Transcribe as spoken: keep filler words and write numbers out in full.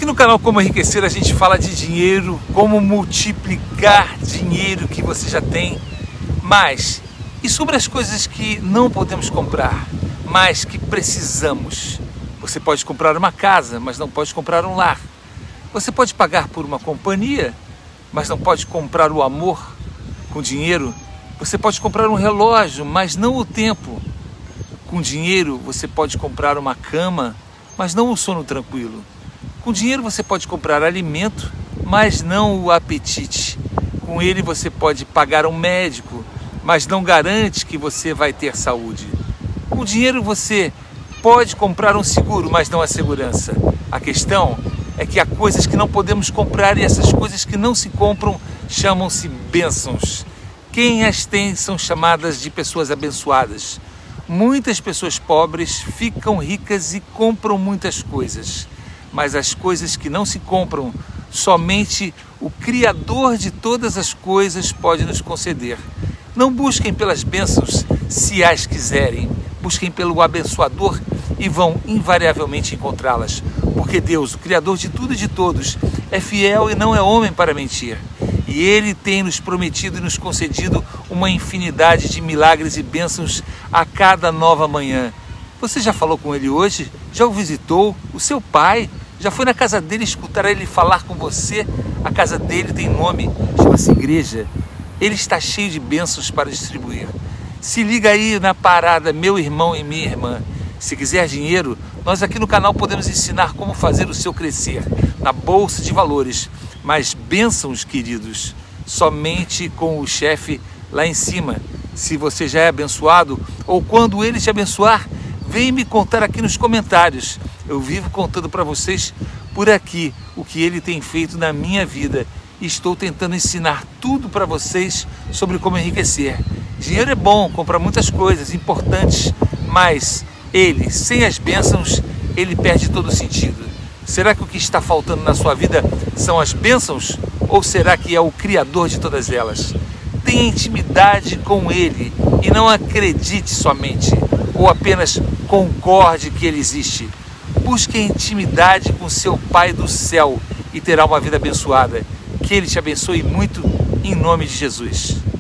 Aqui no canal Como Enriquecer a gente fala de dinheiro, como multiplicar dinheiro que você já tem, mas e sobre as coisas que não podemos comprar, mas que precisamos. Você pode comprar uma casa, mas não pode comprar um lar. Você pode pagar por uma companhia, mas não pode comprar o amor com dinheiro. Você pode comprar um relógio, mas não o tempo. Com dinheiro você pode comprar uma cama, mas não o sono tranquilo. Com dinheiro você pode comprar alimento, mas não o apetite. Com ele você pode pagar um médico, mas não garante que você vai ter saúde. Com dinheiro você pode comprar um seguro, mas não a segurança. A questão é que há coisas que não podemos comprar e essas coisas que não se compram chamam-se bênçãos. Quem as tem são chamadas de pessoas abençoadas. Muitas pessoas pobres ficam ricas e compram muitas coisas. Mas as coisas que não se compram, somente o Criador de todas as coisas pode nos conceder. Não busquem pelas bênçãos se as quiserem, busquem pelo abençoador e vão invariavelmente encontrá-las. Porque Deus, o Criador de tudo e de todos, é fiel e não é homem para mentir. E Ele tem nos prometido e nos concedido uma infinidade de milagres e bênçãos a cada nova manhã. Você já falou com Ele hoje? Já o visitou? O seu pai? Já foi na casa dele escutar ele falar com você? A casa dele tem nome, chama-se igreja. Ele está cheio de bênçãos para distribuir. Se liga aí na parada, meu irmão e minha irmã. Se quiser dinheiro, nós aqui no canal podemos ensinar como fazer o seu crescer na bolsa de valores. Mas bênçãos, queridos, somente com o chefe lá em cima. Se você já é abençoado ou quando ele te abençoar, vem me contar aqui nos comentários. Eu vivo contando para vocês por aqui o que ele tem feito na minha vida. E estou tentando ensinar tudo para vocês sobre como enriquecer. Dinheiro é bom, compra muitas coisas importantes, mas ele, sem as bênçãos, ele perde todo o sentido. Será que o que está faltando na sua vida são as bênçãos? Ou será que é o Criador de todas elas? Tenha intimidade com ele e não acredite somente, ou apenas concorde que ele existe. Busque intimidade com seu Pai do céu e terá uma vida abençoada. Que Ele te abençoe muito, em nome de Jesus.